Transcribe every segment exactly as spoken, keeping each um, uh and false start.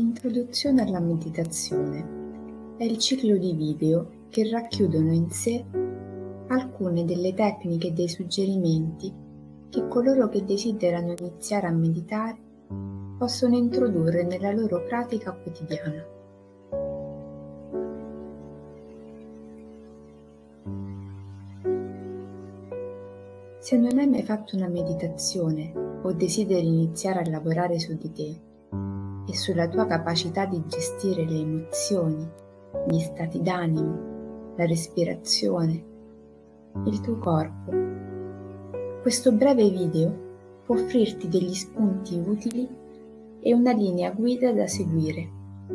Introduzione alla meditazione è il ciclo di video che racchiudono in sé alcune delle tecniche e dei suggerimenti che coloro che desiderano iniziare a meditare possono introdurre nella loro pratica quotidiana. Se non hai mai fatto una meditazione o desideri iniziare a lavorare su di te e sulla tua capacità di gestire le emozioni, gli stati d'animo, la respirazione, il tuo corpo, questo breve video può offrirti degli spunti utili e una linea guida da seguire.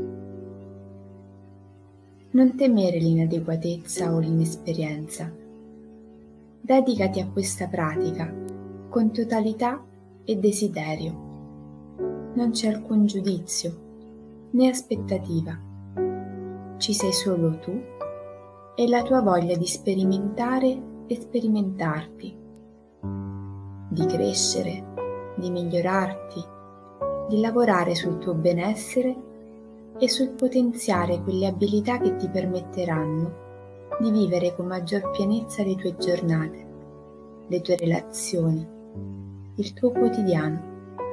Non temere l'inadeguatezza o l'inesperienza. Dedicati a questa pratica con totalità e desiderio. Non c'è alcun giudizio né aspettativa. Ci sei solo tu e la tua voglia di sperimentare e sperimentarti, di crescere, di migliorarti, di lavorare sul tuo benessere e sul potenziare quelle abilità che ti permetteranno di vivere con maggior pienezza le tue giornate, le tue relazioni, il tuo quotidiano.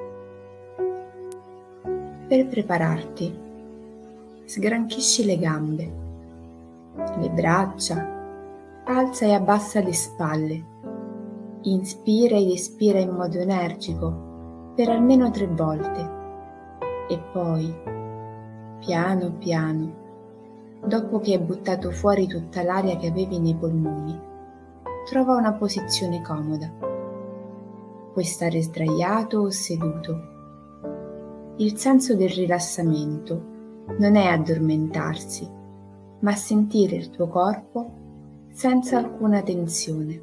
Per prepararti, sgranchisci le gambe, le braccia, alza e abbassa le spalle, inspira ed espira in modo energico per almeno tre volte e poi, piano piano, dopo che hai buttato fuori tutta l'aria che avevi nei polmoni, trova una posizione comoda. Puoi stare sdraiato o seduto. Il senso del rilassamento non è addormentarsi, ma sentire il tuo corpo senza alcuna tensione.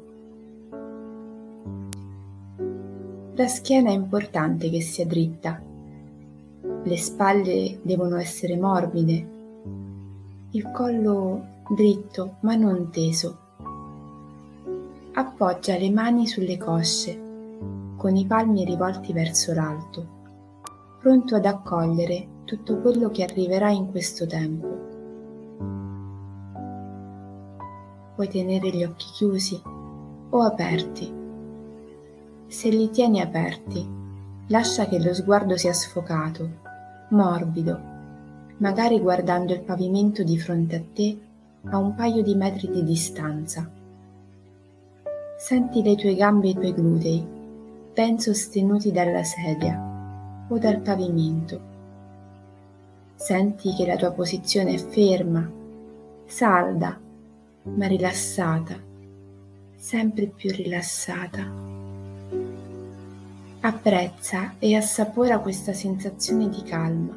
La schiena è importante che sia dritta, le spalle devono essere morbide, il collo dritto ma non teso. Appoggia le mani sulle cosce, con i palmi rivolti verso l'alto, pronto ad accogliere tutto quello che arriverà in questo tempo. Puoi tenere gli occhi chiusi o aperti. Se li tieni aperti, lascia che lo sguardo sia sfocato, morbido, magari guardando il pavimento di fronte a te a un paio di metri di distanza. Senti le tue gambe e i tuoi glutei ben sostenuti dalla sedia o dal pavimento. Senti che la tua posizione è ferma, salda, ma rilassata, sempre più rilassata. Apprezza e assapora questa sensazione di calma.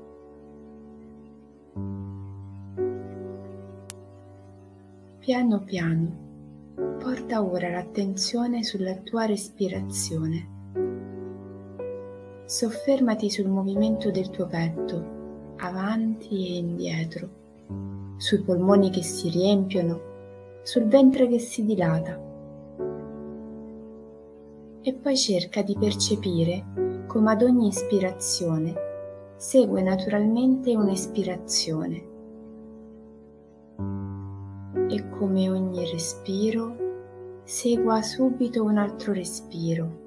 Piano piano, porta ora l'attenzione sulla tua respirazione. Soffermati sul movimento del tuo petto, avanti e indietro, sui polmoni che si riempiono, sul ventre che si dilata. E poi cerca di percepire come ad ogni ispirazione segue naturalmente un'espirazione e come ogni respiro segua subito un altro respiro.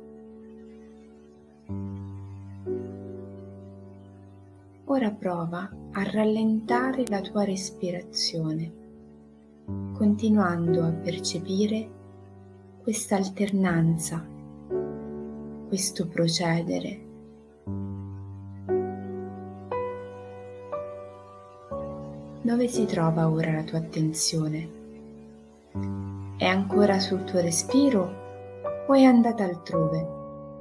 Ora prova a rallentare la tua respirazione, continuando a percepire questa alternanza, questo procedere. Dove si trova ora la tua attenzione? È ancora sul tuo respiro o è andata altrove?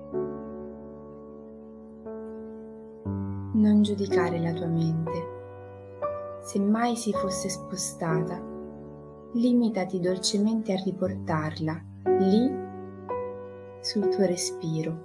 Non giudicare la tua mente. Se mai si fosse spostata, limitati dolcemente a riportarla lì sul tuo respiro.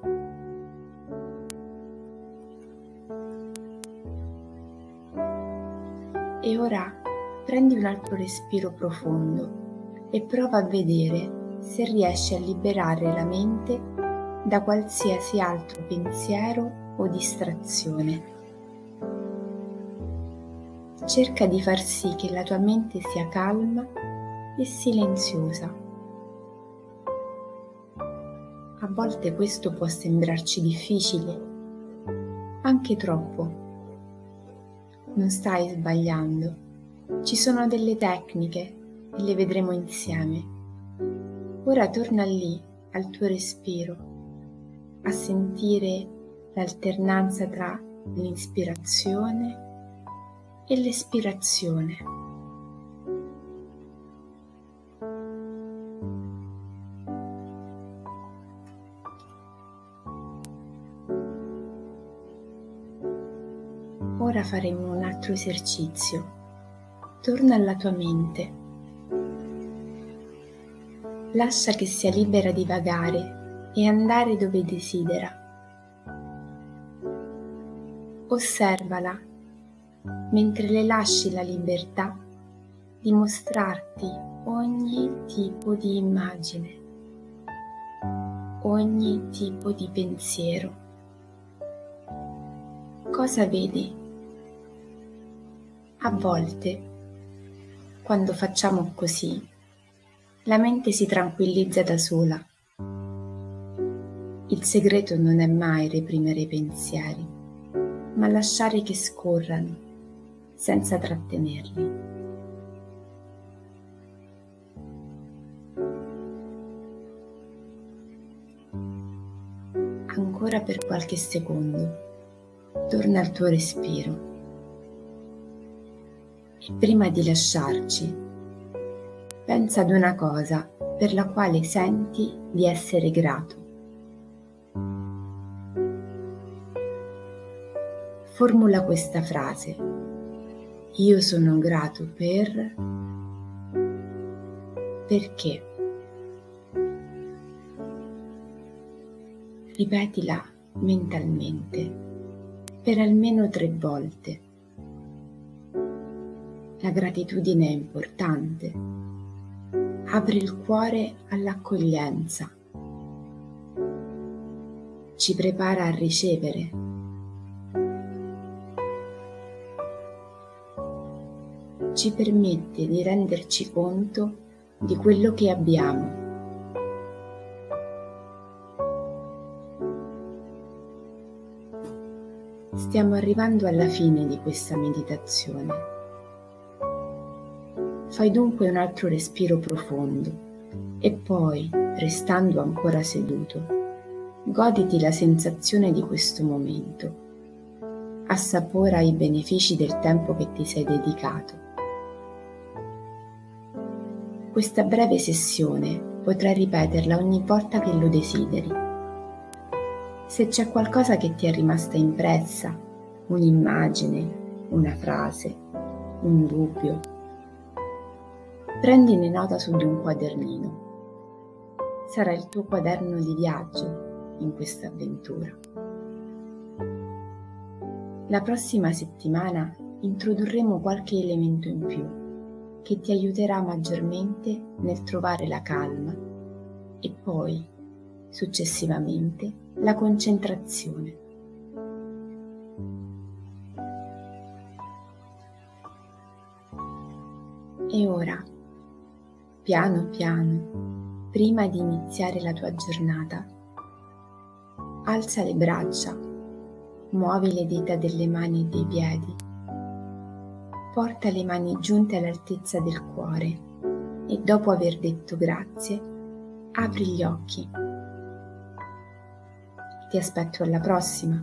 E ora prendi un altro respiro profondo e prova a vedere se riesci a liberare la mente da qualsiasi altro pensiero o distrazione. Cerca di far sì che la tua mente sia calma e silenziosa. A volte questo può sembrarci difficile, anche troppo. Non stai sbagliando. Ci sono delle tecniche e le vedremo insieme. Ora torna lì, al tuo respiro, a sentire l'alternanza tra l'inspirazione e l'espirazione. Ora faremo un altro esercizio. Torna alla tua mente. Lascia che sia libera di vagare e andare dove desidera. Osservala mentre le lasci la libertà di mostrarti ogni tipo di immagine, ogni tipo di pensiero. Cosa vedi? A volte, quando facciamo così, la mente si tranquillizza da sola. Il segreto non è mai reprimere i pensieri, ma lasciare che scorrano senza trattenerli. Ancora per qualche secondo, torna al tuo respiro. E prima di lasciarci, pensa ad una cosa per la quale senti di essere grato. Formula questa frase: io sono grato per... perché? Ripetila mentalmente per almeno tre volte. La gratitudine è importante. Apri il cuore all'accoglienza. Ci prepara a ricevere. Ci permette di renderci conto di quello che abbiamo. Stiamo arrivando alla fine di questa meditazione. Fai dunque un altro respiro profondo e poi, restando ancora seduto, goditi la sensazione di questo momento. Assapora i benefici del tempo che ti sei dedicato. Questa breve sessione potrai ripeterla ogni volta che lo desideri. Se c'è qualcosa che ti è rimasta impressa, un'immagine, una frase, un dubbio, prendine nota su di un quadernino. Sarà il tuo quaderno di viaggio in questa avventura. La prossima settimana introdurremo qualche elemento in più che ti aiuterà maggiormente nel trovare la calma e poi, successivamente, la concentrazione. E ora, piano piano, prima di iniziare la tua giornata, alza le braccia, muovi le dita delle mani e dei piedi, porta le mani giunte all'altezza del cuore e dopo aver detto grazie, apri gli occhi. Ti aspetto alla prossima.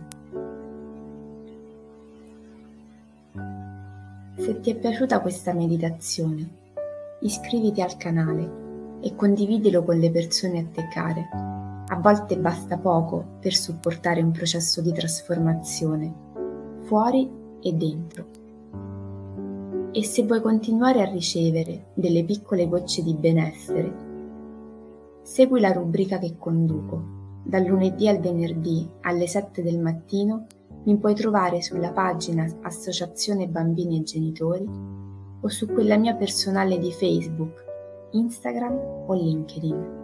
Se ti è piaciuta questa meditazione, iscriviti al canale e condividilo con le persone a te care. A volte basta poco per supportare un processo di trasformazione, fuori e dentro. E se vuoi continuare a ricevere delle piccole gocce di benessere, segui la rubrica che conduco. Dal lunedì al venerdì alle sette del mattino mi puoi trovare sulla pagina Associazione Bambini e Genitori o su quella mia personale di Facebook, Instagram o LinkedIn.